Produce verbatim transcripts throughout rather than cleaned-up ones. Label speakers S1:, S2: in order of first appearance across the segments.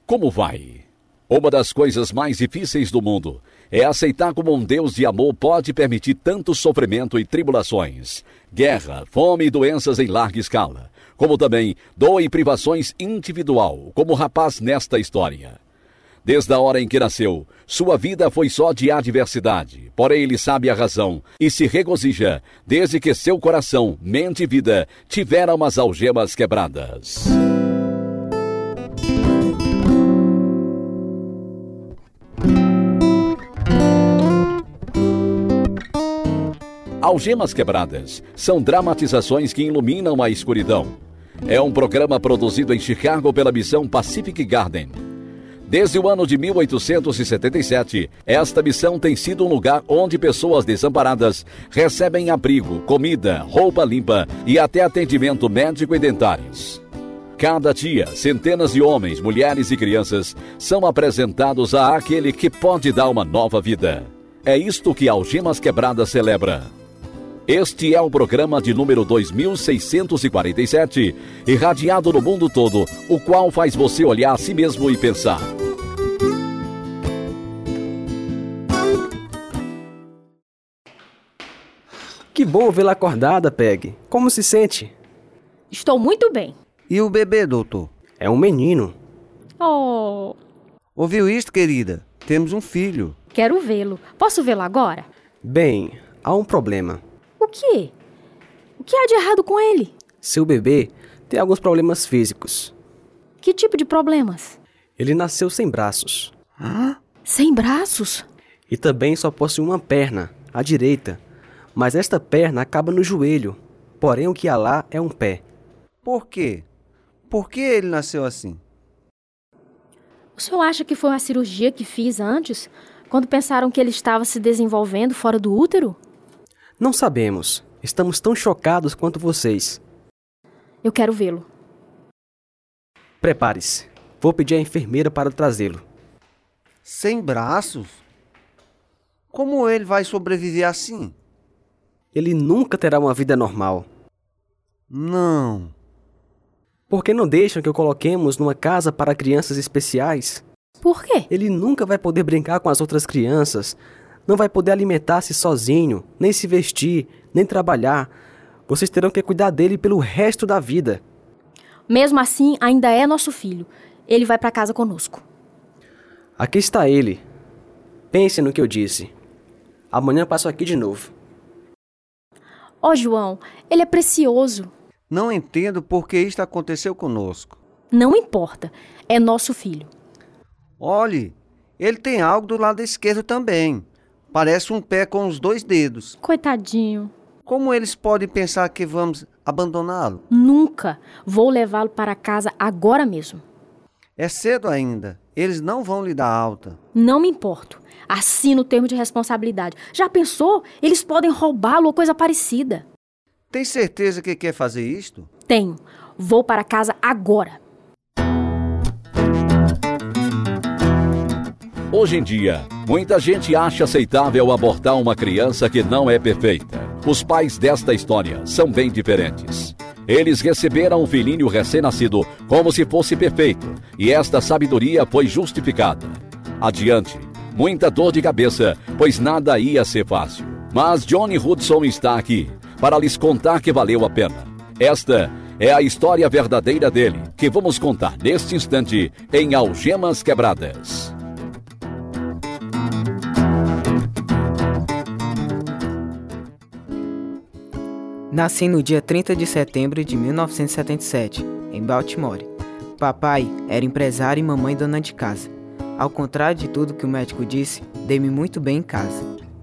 S1: Como vai? Uma das coisas mais difíceis do mundo é aceitar como um Deus de amor pode permitir tanto sofrimento e tribulações, guerra, fome e doenças em larga escala, como também dor e privações individual, como o rapaz nesta história. Desde a hora em que nasceu, sua vida foi só de adversidade, porém ele sabe a razão e se regozija, desde que seu coração, mente e vida tiveram as algemas quebradas. Algemas Quebradas são dramatizações que iluminam a escuridão. É um programa produzido em Chicago pela missão Pacific Garden. Desde o ano de mil oitocentos e setenta e sete, esta missão tem sido um lugar onde pessoas desamparadas recebem abrigo, comida, roupa limpa e até atendimento médico e dentários. Cada dia, centenas de homens, mulheres e crianças são apresentados a aquele que pode dar uma nova vida. É isto que Algemas Quebradas celebra. Este é o programa de número dois mil seiscentos e quarenta e sete, irradiado no mundo todo, o qual faz você olhar a si mesmo e pensar.
S2: Que bom vê-la acordada, Peg. Como se sente?
S3: Estou muito bem.
S4: E o bebê, doutor?
S2: É um menino.
S3: Oh...
S4: Ouviu isto, querida? Temos um filho.
S3: Quero vê-lo. Posso vê-lo agora?
S2: Bem, há um problema.
S3: O quê? O que há de errado com ele?
S2: Seu bebê tem alguns problemas físicos.
S3: Que tipo de problemas?
S2: Ele nasceu sem braços.
S4: Hã?
S3: Sem braços?
S2: E também só possui uma perna, a direita. Mas esta perna acaba no joelho. Porém, o que há lá é um pé.
S4: Por quê? Por que ele nasceu assim?
S3: O senhor acha que foi uma cirurgia que fiz antes, quando pensaram que ele estava se desenvolvendo fora do útero?
S2: Não sabemos. Estamos tão chocados quanto vocês.
S3: Eu quero vê-lo.
S2: Prepare-se. Vou pedir à enfermeira para trazê-lo.
S4: Sem braços? Como ele vai sobreviver assim?
S2: Ele nunca terá uma vida normal.
S4: Não.
S2: Por que não deixam que o coloquemos numa casa para crianças especiais?
S3: Por quê?
S2: Ele nunca vai poder brincar com as outras crianças, não vai poder alimentar-se sozinho, nem se vestir, nem trabalhar. Vocês terão que cuidar dele pelo resto da vida.
S3: Mesmo assim, ainda é nosso filho. Ele vai para casa conosco.
S2: Aqui está ele. Pense no que eu disse. Amanhã passo aqui de novo.
S3: Ó, João, ele é precioso.
S4: Não entendo por que isto aconteceu conosco.
S3: Não importa, é nosso filho.
S4: Olhe, ele tem algo do lado esquerdo também. Parece um pé com os dois dedos.
S3: Coitadinho.
S4: Como eles podem pensar que vamos abandoná-lo?
S3: Nunca. Vou levá-lo para casa agora mesmo.
S4: É cedo ainda. Eles não vão lhe dar alta.
S3: Não me importo. Assina o termo de responsabilidade. Já pensou? Eles podem roubá-lo ou coisa parecida.
S4: Tem certeza que quer fazer isto?
S3: Tenho. Vou para casa agora.
S1: Hoje em dia, muita gente acha aceitável abortar uma criança que não é perfeita. Os pais desta história são bem diferentes. Eles receberam um filhinho recém-nascido como se fosse perfeito, e esta sabedoria foi justificada. Adiante, muita dor de cabeça, pois nada ia ser fácil. Mas Johnny Hudson está aqui para lhes contar que valeu a pena. Esta é a história verdadeira dele, que vamos contar neste instante em Algemas Quebradas.
S5: Nasci no dia trinta de setembro de mil novecentos e setenta e sete, em Baltimore. Papai era empresário e mamãe dona de casa. Ao contrário de tudo que o médico disse, dei-me muito bem em casa.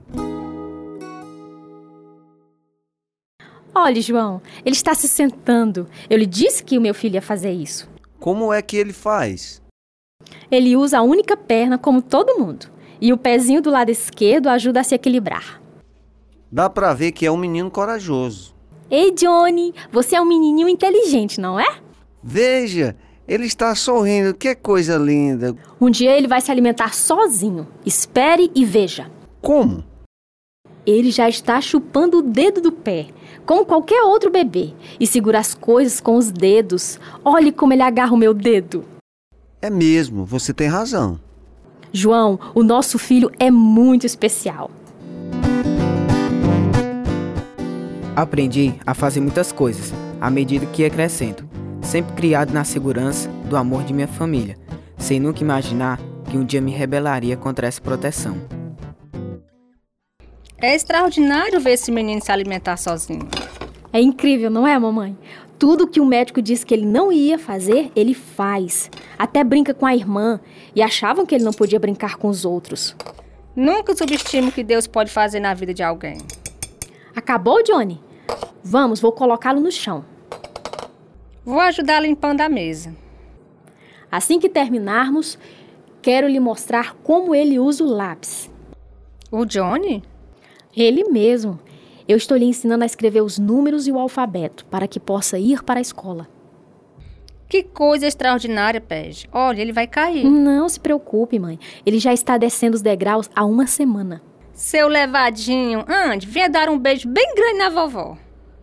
S3: Olhe, João, ele está se sentando. Eu lhe disse que o meu filho ia fazer isso.
S4: Como é que ele faz?
S3: Ele usa a única perna como todo mundo. E o pezinho do lado esquerdo ajuda a se equilibrar.
S4: Dá pra ver que é um menino corajoso.
S3: Ei, Johnny, você é um menininho inteligente, não é?
S4: Veja, ele está sorrindo, que coisa linda.
S3: Um dia ele vai se alimentar sozinho. Espere e veja.
S4: Como?
S3: Ele já está chupando o dedo do pé, como qualquer outro bebê, e segura as coisas com os dedos. Olhe como ele agarra o meu dedo.
S4: É mesmo, você tem razão.
S3: João, o nosso filho é muito especial.
S5: Aprendi a fazer muitas coisas à medida que ia crescendo, sempre criado na segurança do amor de minha família, sem nunca imaginar que um dia me rebelaria contra essa proteção.
S6: É extraordinário ver esse menino se alimentar sozinho.
S3: É incrível, não é, mamãe? Tudo que o médico disse que ele não ia fazer, ele faz. Até brinca com a irmã. E achavam que ele não podia brincar com os outros.
S6: Nunca subestime o que Deus pode fazer na vida de alguém.
S3: Acabou, Johnny? Vamos, vou colocá-lo no chão.
S6: Vou ajudar limpando a mesa.
S3: Assim que terminarmos, quero lhe mostrar como ele usa o lápis.
S6: O Johnny?
S3: Ele mesmo. Eu estou lhe ensinando a escrever os números e o alfabeto, para que possa ir para a escola.
S6: Que coisa extraordinária, Pege. Olha, ele vai cair.
S3: Não se preocupe, mãe. Ele já está descendo os degraus há uma semana.
S6: Seu levadinho, ande, venha dar um beijo bem grande na vovó.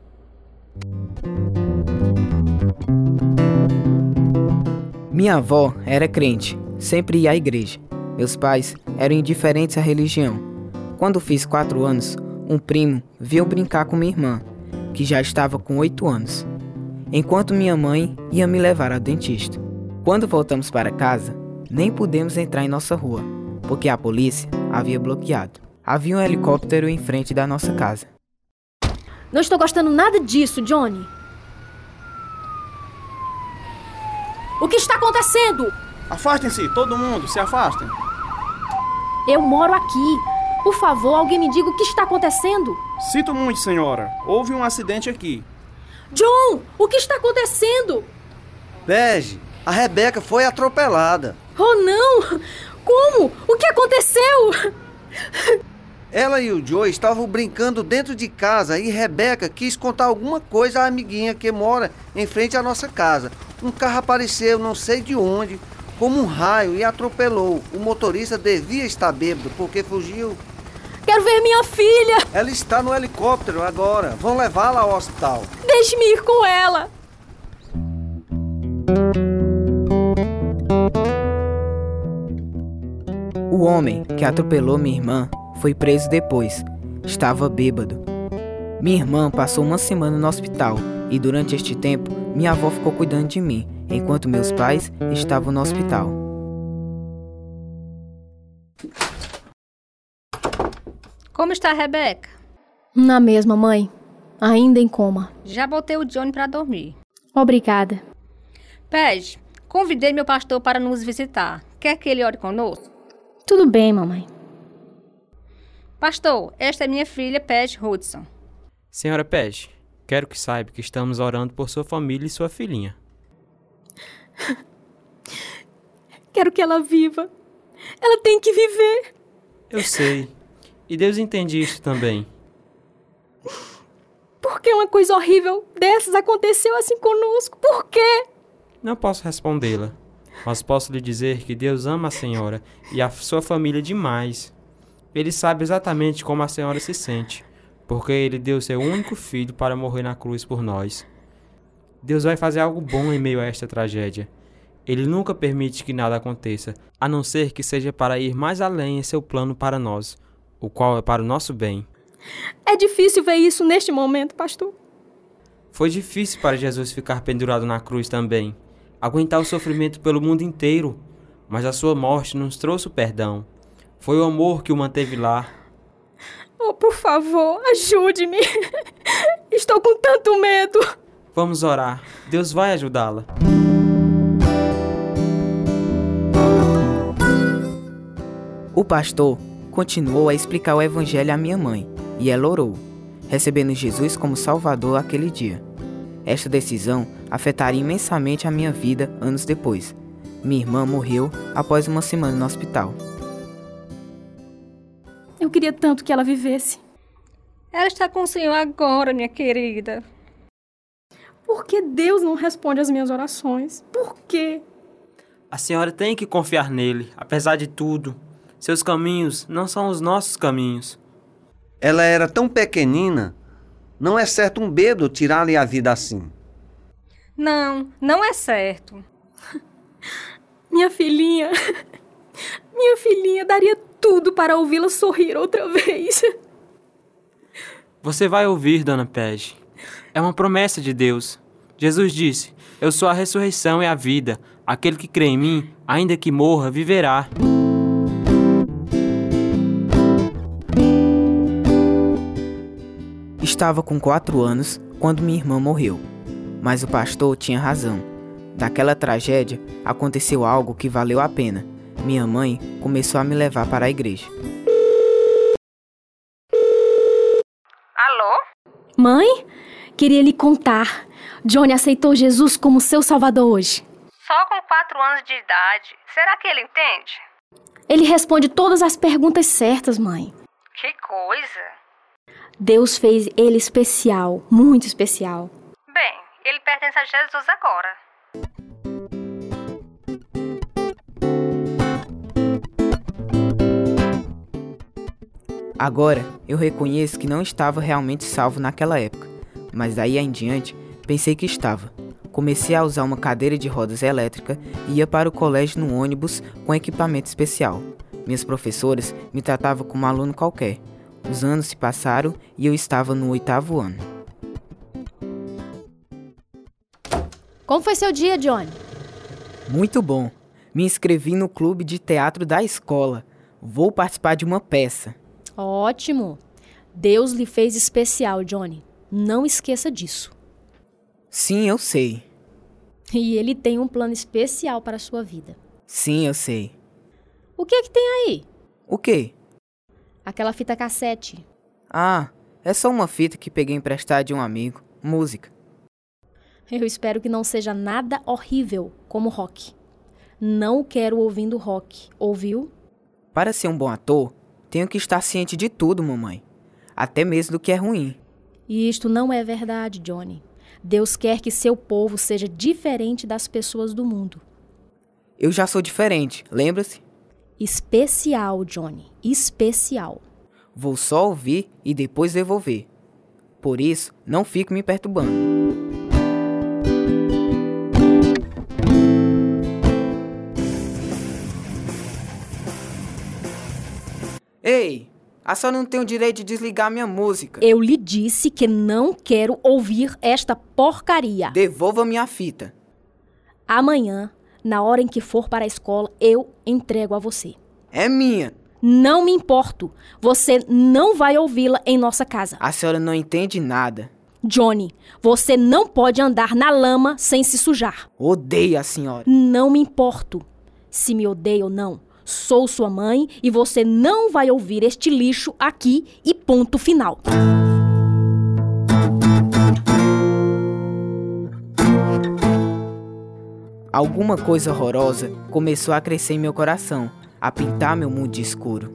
S5: Minha avó era crente, sempre ia à igreja. Meus pais eram indiferentes à religião. Quando fiz quatro anos, um primo veio brincar com minha irmã, que já estava com oito anos, enquanto minha mãe ia me levar ao dentista. Quando voltamos para casa, nem pudemos entrar em nossa rua, porque a polícia havia bloqueado. Havia um helicóptero em frente da nossa casa.
S3: Não estou gostando nada disso, Johnny. O que está acontecendo?
S7: Afastem-se, todo mundo, se afastem.
S3: Eu moro aqui. Por favor, alguém me diga o que está acontecendo.
S7: Sinto muito, senhora. Houve um acidente aqui.
S3: John, o que está acontecendo?
S4: Pege, a Rebeca foi atropelada.
S3: Oh, não! Como? O que aconteceu?
S4: Ela e o Joe estavam brincando dentro de casa e Rebeca quis contar alguma coisa à amiguinha que mora em frente à nossa casa. Um carro apareceu, não sei de onde, como um raio e atropelou. O motorista devia estar bêbado porque fugiu.
S3: Quero ver minha filha!
S4: Ela está no helicóptero agora. Vão levá-la ao hospital.
S3: Deixe-me ir com ela!
S5: O homem que atropelou minha irmã foi preso depois. Estava bêbado. Minha irmã passou uma semana no hospital e durante este tempo minha avó ficou cuidando de mim, enquanto meus pais estavam no hospital.
S6: Como está a Rebeca?
S3: Na mesma, mãe. Ainda em coma.
S6: Já botei o Johnny para dormir.
S3: Obrigada.
S6: Pege, convidei meu pastor para nos visitar. Quer que ele ore conosco?
S3: Tudo bem, mamãe.
S6: Pastor, esta é minha filha, Pege Hudson.
S8: Senhora Pege, quero que saiba que estamos orando por sua família e sua filhinha.
S3: Quero que ela viva. Ela tem que viver.
S8: Eu sei. E Deus entende isso também.
S3: Por que uma coisa horrível dessas aconteceu assim conosco? Por quê?
S8: Não posso respondê-la, mas posso lhe dizer que Deus ama a senhora e a sua família demais. Ele sabe exatamente como a senhora se sente, porque Ele deu seu único filho para morrer na cruz por nós. Deus vai fazer algo bom em meio a esta tragédia. Ele nunca permite que nada aconteça, a não ser que seja para ir mais além em seu plano para nós, o qual é para o nosso bem.
S3: É difícil ver isso neste momento, pastor.
S8: Foi difícil para Jesus ficar pendurado na cruz também, aguentar o sofrimento pelo mundo inteiro, mas a sua morte nos trouxe o perdão. Foi o amor que o manteve lá.
S3: Oh, por favor, ajude-me. Estou com tanto medo.
S8: Vamos orar. Deus vai ajudá-la.
S5: O pastor continuou a explicar o evangelho à minha mãe, e ela orou, recebendo Jesus como Salvador aquele dia. Esta decisão afetaria imensamente a minha vida anos depois. Minha irmã morreu após uma semana no hospital.
S3: Eu queria tanto que ela vivesse.
S6: Ela está com o Senhor agora, minha querida.
S3: Por que Deus não responde às minhas orações? Por quê?
S8: A senhora tem que confiar nele, apesar de tudo. Seus caminhos não são os nossos caminhos.
S4: Ela era tão pequenina. Não é certo um bêbado tirar-lhe a vida assim.
S6: Não, não é certo.
S3: Minha Minha filhinha, minha filhinha, daria tudo para ouvi-la sorrir outra vez.
S8: Você vai ouvir, Dona Pege. É uma promessa de Deus. Jesus disse, eu sou a ressurreição e a vida. Aquele que crê em mim, ainda que morra, viverá.
S5: Estava com quatro anos quando minha irmã morreu. Mas o pastor tinha razão. Daquela tragédia, aconteceu algo que valeu a pena. Minha mãe começou a me levar para a igreja.
S6: Alô?
S3: Mãe, queria lhe contar. Johnny aceitou Jesus como seu salvador hoje.
S6: Só com quatro anos de idade. Será que ele entende?
S3: Ele responde todas as perguntas certas, mãe.
S6: Que coisa.
S3: Deus fez ele especial, muito especial.
S6: Bem, ele pertence a Jesus agora.
S5: Agora, eu reconheço que não estava realmente salvo naquela época, mas daí em diante, pensei que estava. Comecei a usar uma cadeira de rodas elétrica e ia para o colégio no ônibus com equipamento especial. Minhas professoras me tratavam como um aluno qualquer. Os anos se passaram e eu estava no oitavo ano.
S3: Como foi seu dia, Johnny?
S5: Muito bom. Me inscrevi no clube de teatro da escola. Vou participar de uma peça.
S3: Ótimo. Deus lhe fez especial, Johnny. Não esqueça disso.
S5: Sim, eu sei.
S3: E ele tem um plano especial para a sua vida.
S5: Sim, eu sei.
S3: O que é que tem aí?
S5: O quê?
S3: Aquela fita cassete.
S5: Ah, é só uma fita que peguei emprestada de um amigo. Música.
S3: Eu espero que não seja nada horrível como rock. Não quero ouvindo rock, ouviu?
S5: Para ser um bom ator, tenho que estar ciente de tudo, mamãe. Até mesmo do que é ruim.
S3: E isto não é verdade, Johnny. Deus quer que seu povo seja diferente das pessoas do mundo.
S5: Eu já sou diferente, lembra-se?
S3: Especial, Johnny. Especial.
S5: Vou só ouvir e depois devolver. Por isso, não fique me perturbando. Ei, a senhora não tem o direito de desligar minha música.
S3: Eu lhe disse que não quero ouvir esta porcaria.
S5: Devolva minha fita.
S3: Amanhã, na hora em que for para a escola, eu entrego a você.
S5: É minha.
S3: Não me importo. Você não vai ouvi-la em nossa casa.
S5: A senhora não entende nada.
S3: Johnny, você não pode andar na lama sem se sujar.
S5: Odeio a senhora.
S3: Não me importo. Se me odeia ou não, sou sua mãe e você não vai ouvir este lixo aqui e ponto final.
S5: Alguma coisa horrorosa começou a crescer em meu coração, a pintar meu mundo de escuro.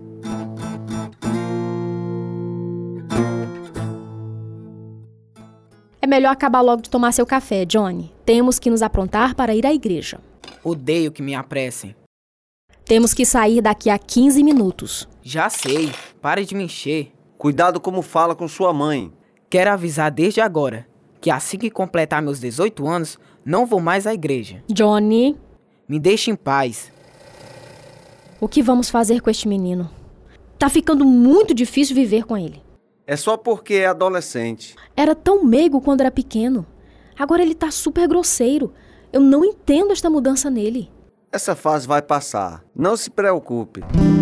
S3: É melhor acabar logo de tomar seu café, Johnny. Temos que nos aprontar para ir à igreja.
S5: Odeio que me apressem.
S3: Temos que sair daqui a quinze minutos.
S5: Já sei, pare de me encher.
S4: Cuidado como fala com sua mãe.
S5: Quero avisar desde agora que assim que completar meus dezoito anos, não vou mais à igreja.
S3: Johnny,
S5: me deixe em paz.
S3: O que vamos fazer com este menino? Tá ficando muito difícil viver com ele.
S4: É só porque é adolescente.
S3: Era tão meigo quando era pequeno. Agora ele tá super grosseiro. Eu não entendo esta mudança nele.
S4: Essa fase vai passar. Não se preocupe.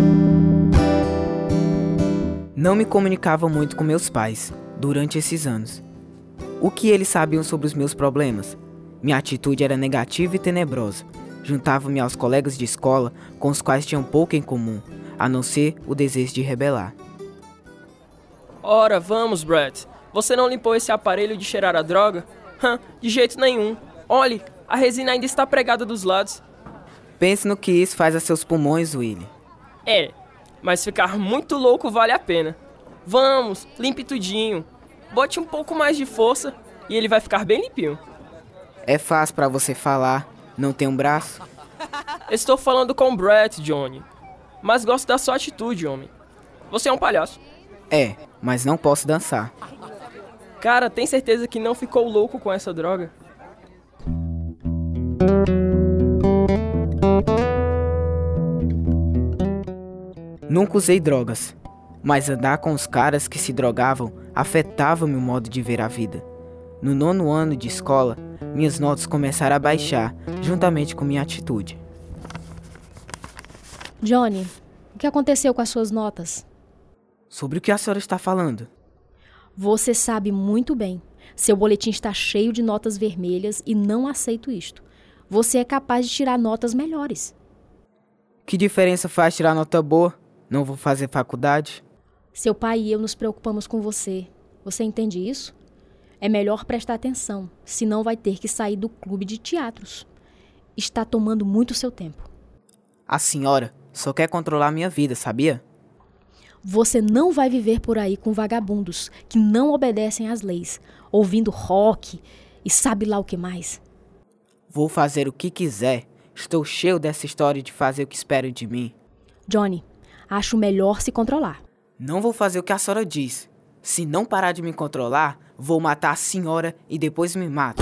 S5: Não me comunicava muito com meus pais durante esses anos. O que eles sabiam sobre os meus problemas? Minha atitude era negativa e tenebrosa. Juntava-me aos colegas de escola com os quais tinham pouco em comum, a não ser o desejo de rebelar.
S9: Ora, vamos, Brett. Você não limpou esse aparelho de cheirar a droga? Hã, de jeito nenhum. Olhe, a resina ainda está pregada dos lados.
S5: Pense no que isso faz a seus pulmões, Willie.
S9: É, mas ficar muito louco vale a pena. Vamos, limpe tudinho. Bote um pouco mais de força e ele vai ficar bem limpinho.
S5: É fácil pra você falar, não tem um braço?
S9: Estou falando com o Brett, Johnny. Mas gosto da sua atitude, homem. Você é um palhaço.
S5: É, mas não posso dançar.
S9: Cara, tem certeza que não ficou louco com essa droga?
S5: Nunca usei drogas, mas andar com os caras que se drogavam afetava meu modo de ver a vida. No nono ano de escola, minhas notas começaram a baixar, juntamente com minha atitude.
S3: Johnny, o que aconteceu com as suas notas?
S5: Sobre o que a senhora está falando?
S3: Você sabe muito bem. Seu boletim está cheio de notas vermelhas e não aceito isto. Você é capaz de tirar notas melhores.
S5: Que diferença faz tirar nota boa? Não vou fazer faculdade?
S3: Seu pai e eu nos preocupamos com você. Você entende isso? É melhor prestar atenção, senão vai ter que sair do clube de teatros. Está tomando muito seu tempo.
S5: A senhora só quer controlar minha vida, sabia?
S3: Você não vai viver por aí com vagabundos que não obedecem às leis, ouvindo rock e sabe lá o que mais.
S5: Vou fazer o que quiser. Estou cheio dessa história de fazer o que esperam de mim.
S3: Johnny, acho melhor se controlar.
S5: Não vou fazer o que a senhora diz. Se não parar de me controlar, vou matar a senhora e depois me mato.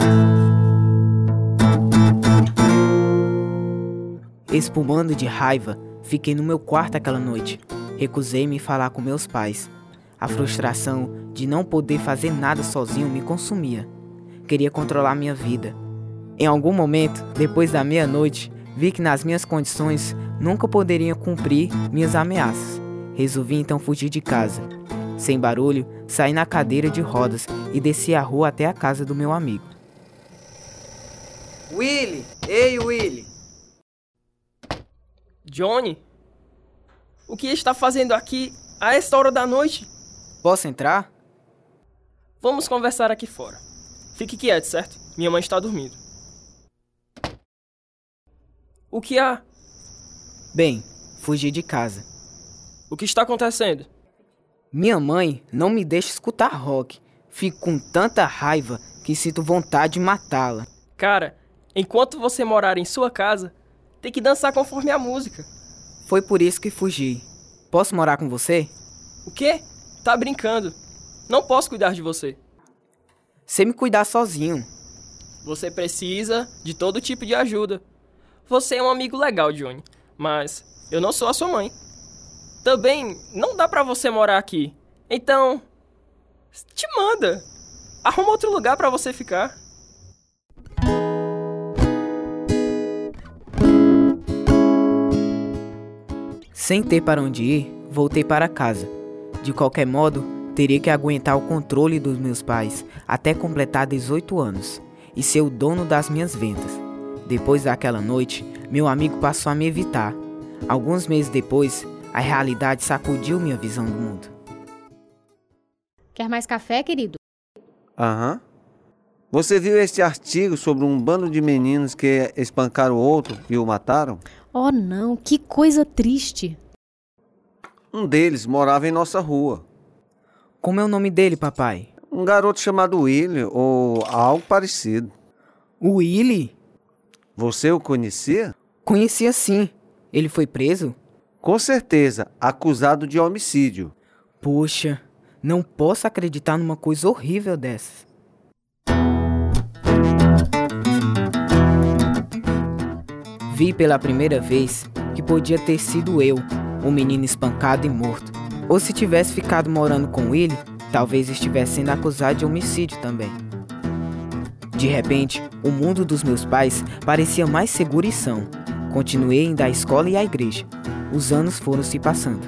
S5: Espumando de raiva, fiquei no meu quarto aquela noite. Recusei-me falar com meus pais. A frustração de não poder fazer nada sozinho me consumia. Queria controlar minha vida. Em algum momento, depois da meia-noite, vi que nas minhas condições nunca poderia cumprir minhas ameaças. Resolvi então fugir de casa. Sem barulho, saí na cadeira de rodas e desci a rua até a casa do meu amigo.
S10: Willy! Ei, Willy!
S9: Johnny? O que está fazendo aqui a esta hora da noite?
S5: Posso entrar?
S9: Vamos conversar aqui fora. Fique quieto, certo? Minha mãe está dormindo. O que há?
S5: Bem, fugi de casa.
S9: O que está acontecendo?
S5: Minha mãe não me deixa escutar rock. Fico com tanta raiva que sinto vontade de matá-la.
S9: Cara, enquanto você morar em sua casa, tem que dançar conforme a música.
S5: Foi por isso que fugi. Posso morar com você?
S9: O quê? Tá brincando. Não posso cuidar de você.
S5: Sei me cuidar sozinho.
S9: Você precisa de todo tipo de ajuda. Você é um amigo legal, Johnny, mas eu não sou a sua mãe. Também não dá pra você morar aqui. Então, te manda. Arruma outro lugar pra você ficar.
S5: Sem ter para onde ir, voltei para casa. De qualquer modo, teria que aguentar o controle dos meus pais até completar dezoito anos e ser o dono das minhas vendas. Depois daquela noite, meu amigo passou a me evitar. Alguns meses depois, a realidade sacudiu minha visão do mundo.
S3: Quer mais café, querido?
S4: Aham. Você viu este artigo sobre um bando de meninos que espancaram o outro e o mataram?
S3: Oh, não, que coisa triste.
S4: Um deles morava em nossa rua.
S5: Como é o nome dele, papai?
S4: Um garoto chamado Willy, ou algo parecido.
S5: O Willy?
S4: Você o conhecia?
S5: Conhecia sim. Ele foi preso?
S4: Com certeza, acusado de homicídio.
S5: Poxa, não posso acreditar numa coisa horrível dessas. Vi pela primeira vez que podia ter sido eu, o menino espancado e morto. Ou se tivesse ficado morando com ele, talvez estivesse sendo acusado de homicídio também. De repente, o mundo dos meus pais parecia mais seguro e são. Continuei indo à escola e à igreja. Os anos foram se passando.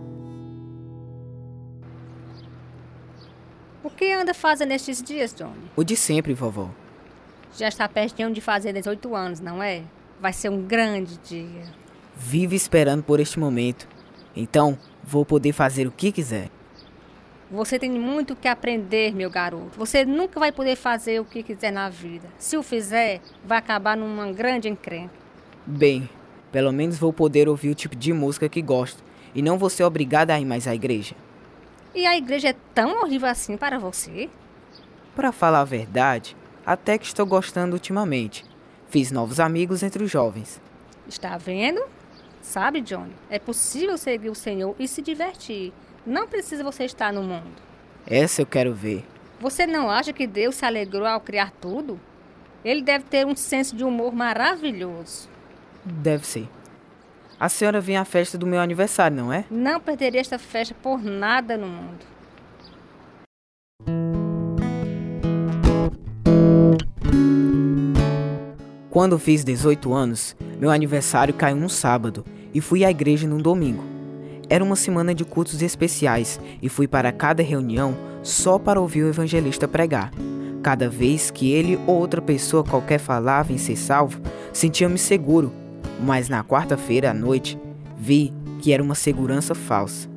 S6: O que anda fazendo nestes dias, Johnny?
S5: O de sempre, vovó.
S6: Já está pertinho de fazer dezoito anos, não é? Vai ser um grande dia.
S5: Vivo esperando por este momento. Então, vou poder fazer o que quiser.
S6: Você tem muito que aprender, meu garoto. Você nunca vai poder fazer o que quiser na vida. Se o fizer, vai acabar numa grande encrenca.
S5: Bem, pelo menos vou poder ouvir o tipo de música que gosto. E não vou ser obrigada a ir mais à igreja.
S6: E a igreja é tão horrível assim para você?
S5: Para falar a verdade, até que estou gostando ultimamente. Fiz novos amigos entre os jovens.
S6: Está vendo? Sabe, Johnny, é possível seguir o Senhor e se divertir. Não precisa você estar no mundo.
S5: Essa eu quero ver.
S6: Você não acha que Deus se alegrou ao criar tudo? Ele deve ter um senso de humor maravilhoso.
S5: Deve ser. A senhora vem à festa do meu aniversário, não é?
S6: Não perderia esta festa por nada no mundo.
S5: Quando fiz dezoito anos, meu aniversário caiu num sábado e fui à igreja num domingo. Era uma semana de cultos especiais e fui para cada reunião só para ouvir o evangelista pregar. Cada vez que ele ou outra pessoa qualquer falava em ser salvo, sentia-me seguro, mas na quarta-feira à noite vi que era uma segurança falsa.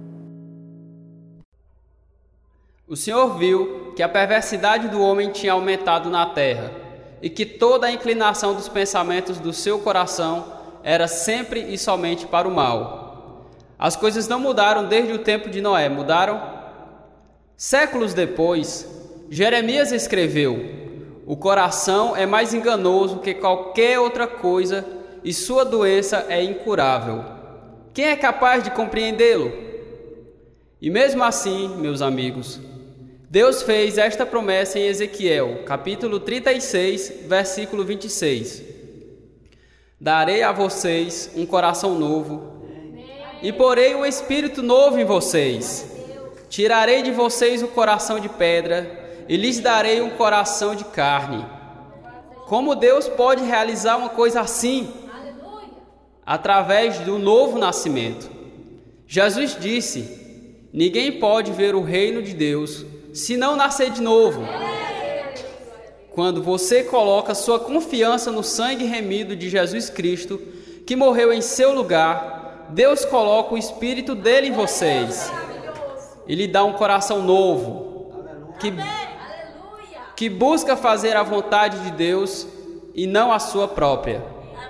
S11: O Senhor viu que a perversidade do homem tinha aumentado na terra e que toda a inclinação dos pensamentos do seu coração era sempre e somente para o mal. As coisas não mudaram desde o tempo de Noé, mudaram? Séculos depois, Jeremias escreveu: o coração é mais enganoso que qualquer outra coisa e sua doença é incurável. Quem é capaz de compreendê-lo? E mesmo assim, meus amigos, Deus fez esta promessa em Ezequiel, capítulo trinta e seis, versículo vinte e seis. Darei a vocês um coração novo e porei um espírito novo em vocês. Tirarei de vocês o coração de pedra e lhes darei um coração de carne. Como Deus pode realizar uma coisa assim? Através do novo nascimento. Jesus disse: ninguém pode ver o reino de Deus se não nascer de novo. Quando você coloca sua confiança no sangue remido de Jesus Cristo, que morreu em seu lugar, Deus coloca o Espírito dele em vocês. Ele dá um coração novo, que, que busca fazer a vontade de Deus e não a sua própria.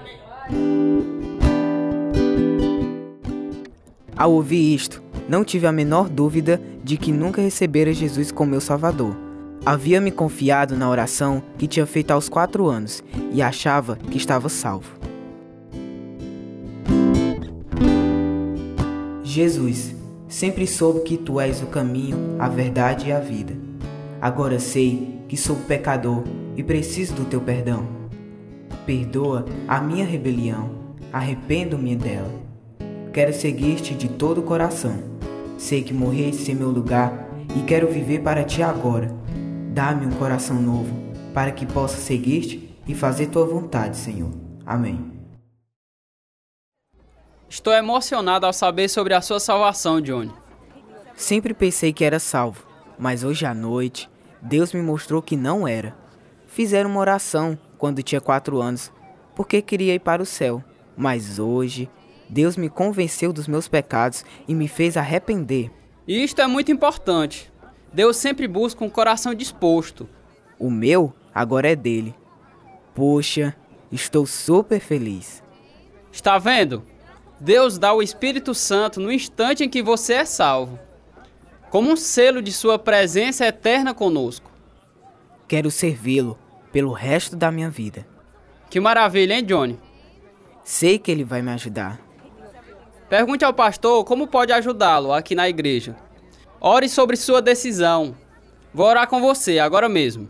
S5: Ao ouvir isto, não tive a menor dúvida de que nunca recebera Jesus como meu Salvador. Havia me confiado na oração que tinha feito aos quatro anos e achava que estava salvo. Jesus, sempre soube que Tu és o caminho, a verdade e a vida. Agora sei que sou pecador e preciso do Teu perdão. Perdoa a minha rebelião, arrependo-me dela. Quero seguir-te de todo o coração. Sei que morreste em meu lugar e quero viver para Ti agora. Dá-me um coração novo, para que possa seguir-te e fazer Tua vontade, Senhor. Amém.
S11: Estou emocionado ao saber sobre a sua salvação, Johnny.
S5: Sempre pensei que era salvo, mas hoje à noite, Deus me mostrou que não era. Fizeram uma oração quando tinha quatro anos, porque queria ir para o céu, mas hoje Deus me convenceu dos meus pecados e me fez arrepender.
S11: E isto é muito importante. Deus sempre busca um coração disposto.
S5: O meu agora é dele. Poxa, estou super feliz.
S11: Está vendo? Deus dá o Espírito Santo no instante em que você é salvo, como um selo de sua presença eterna conosco.
S5: Quero servi-lo pelo resto da minha vida.
S11: Que maravilha, hein, Johnny?
S5: Sei que ele vai me ajudar.
S11: Pergunte ao pastor como pode ajudá-lo aqui na igreja. Ore sobre sua decisão. Vou orar com você agora mesmo.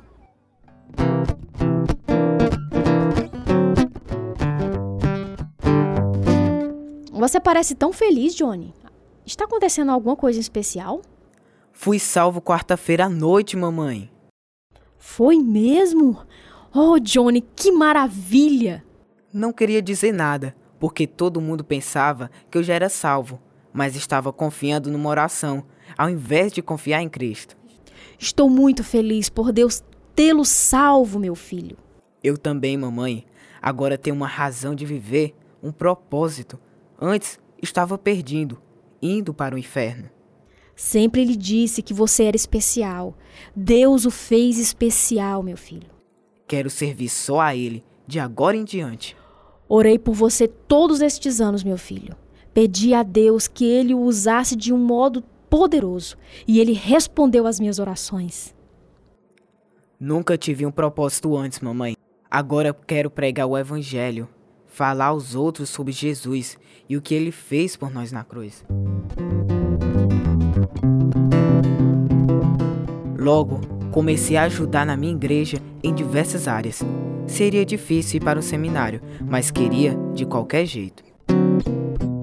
S3: Você parece tão feliz, Johnny. Está acontecendo alguma coisa especial?
S5: Fui salvo quarta-feira à noite, mamãe.
S3: Foi mesmo? Oh, Johnny, que maravilha!
S5: Não queria dizer nada, porque todo mundo pensava que eu já era salvo, mas estava confiando numa oração, ao invés de confiar em Cristo.
S3: Estou muito feliz por Deus tê-lo salvo, meu filho.
S5: Eu também, mamãe. Agora tenho uma razão de viver, um propósito. Antes, estava perdido, indo para o inferno.
S3: Sempre lhe disse que você era especial. Deus o fez especial, meu filho.
S5: Quero servir só a Ele, de agora em diante.
S3: Orei por você todos estes anos, meu filho. Pedi a Deus que Ele o usasse de um modo poderoso. E Ele respondeu às minhas orações.
S5: Nunca tive um propósito antes, mamãe. Agora quero pregar o Evangelho. Falar aos outros sobre Jesus e o que Ele fez por nós na cruz. Logo, comecei a ajudar na minha igreja em diversas áreas. Seria difícil ir para o seminário, mas queria de qualquer jeito.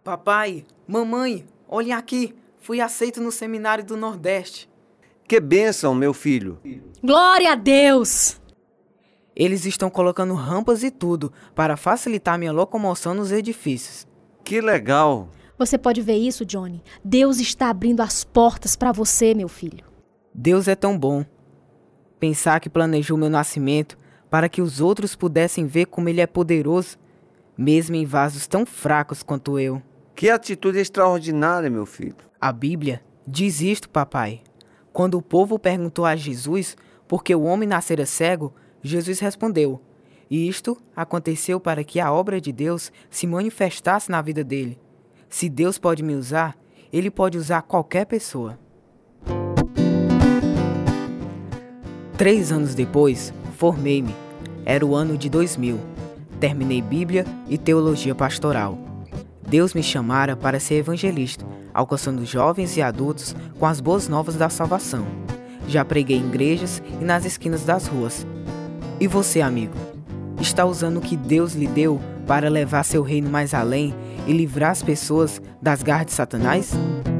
S5: Papai, mamãe, olhem aqui. Fui aceito no seminário do Nordeste.
S4: Que bênção, meu filho.
S3: Glória a Deus!
S5: Eles estão colocando rampas e tudo para facilitar minha locomoção nos edifícios.
S4: Que legal.
S3: Você pode ver isso, Johnny? Deus está abrindo as portas para você, meu filho.
S5: Deus é tão bom. Pensar que planejou meu nascimento para que os outros pudessem ver como Ele é poderoso, mesmo em vasos tão fracos quanto eu.
S4: Que atitude extraordinária, meu filho.
S5: A Bíblia diz isto, papai. Quando o povo perguntou a Jesus por que o homem nascera cego, Jesus respondeu: e isto aconteceu para que a obra de Deus se manifestasse na vida dele. Se Deus pode me usar, Ele pode usar qualquer pessoa. Três anos depois, formei-me. Era o ano de dois mil. Terminei Bíblia e Teologia Pastoral. Deus me chamara para ser evangelista, alcançando jovens e adultos com as boas novas da salvação. Já preguei em igrejas e nas esquinas das ruas. E você, amigo? Está usando o que Deus lhe deu para levar seu reino mais além e livrar as pessoas das garras de Satanás?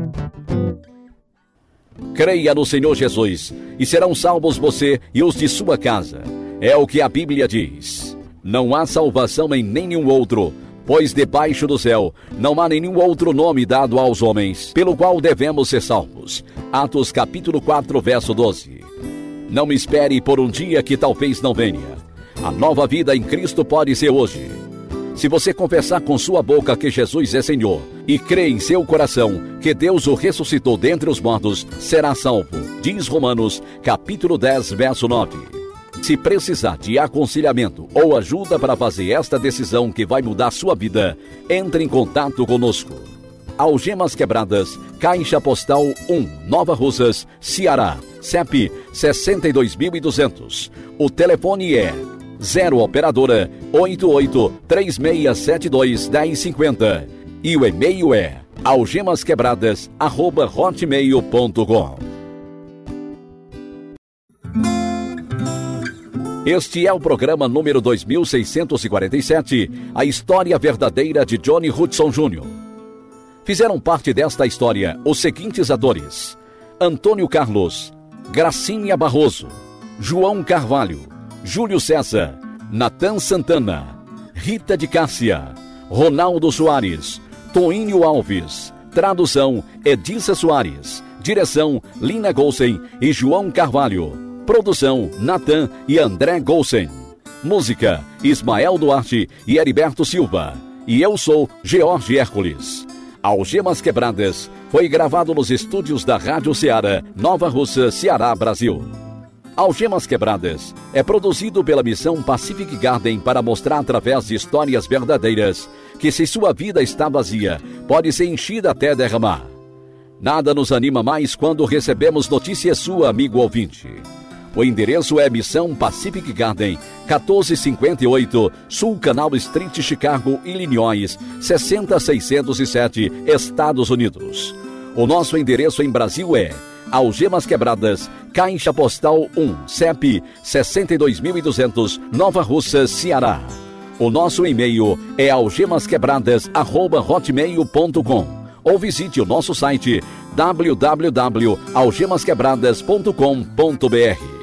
S1: Creia no Senhor Jesus e serão salvos você e os de sua casa. É o que a Bíblia diz. Não há salvação em nenhum outro, pois debaixo do céu não há nenhum outro nome dado aos homens, pelo qual devemos ser salvos. Atos capítulo quatro, verso doze. Não espere por um dia que talvez não venha. A nova vida em Cristo pode ser hoje. Se você confessar com sua boca que Jesus é Senhor e crer em seu coração que Deus o ressuscitou dentre os mortos, será salvo. Diz Romanos, capítulo dez, verso nove. Se precisar de aconselhamento ou ajuda para fazer esta decisão que vai mudar sua vida, entre em contato conosco. Algemas Quebradas, Caixa Postal um, Nova Russas, Ceará, C E P sessenta e dois mil e duzentos. O telefone é zero operadora oito oito três seis sete dois um zero cinco zero e o e-mail é algemasquebradas arroba hotmail ponto com. Este é o programa número dois mil seiscentos e quarenta e sete, a história verdadeira de Johnny Hudson Júnior Fizeram parte desta história os seguintes atores: Antônio Carlos, Gracinha Barroso, João Carvalho, Júlio César, Natan Santana, Rita de Cássia, Ronaldo Soares, Toínio Alves, tradução Edissa Soares, direção Lina Golsen e João Carvalho, produção Natan e André Golsen, música Ismael Duarte e Heriberto Silva, e eu sou George Hércules. Algemas Quebradas foi gravado nos estúdios da Rádio Ceará, Nova Russa, Ceará, Brasil. Algemas Quebradas é produzido pela Missão Pacific Garden para mostrar através de histórias verdadeiras que, se sua vida está vazia, pode ser enchida até derramar. Nada nos anima mais quando recebemos notícia sua, amigo ouvinte. O endereço é Missão Pacific Garden, quatorze cinquenta e oito, Sul Canal Street, Chicago, Illinois, sessenta seiscentos e sete, Estados Unidos. O nosso endereço em Brasil é Algemas Quebradas, Caixa Postal um, C E P sessenta e dois mil e duzentos, Nova Russas, Ceará. O nosso e-mail é algemasquebradas arroba hotmail ponto com ou visite o nosso site w w w ponto algemas quebradas ponto com ponto b r.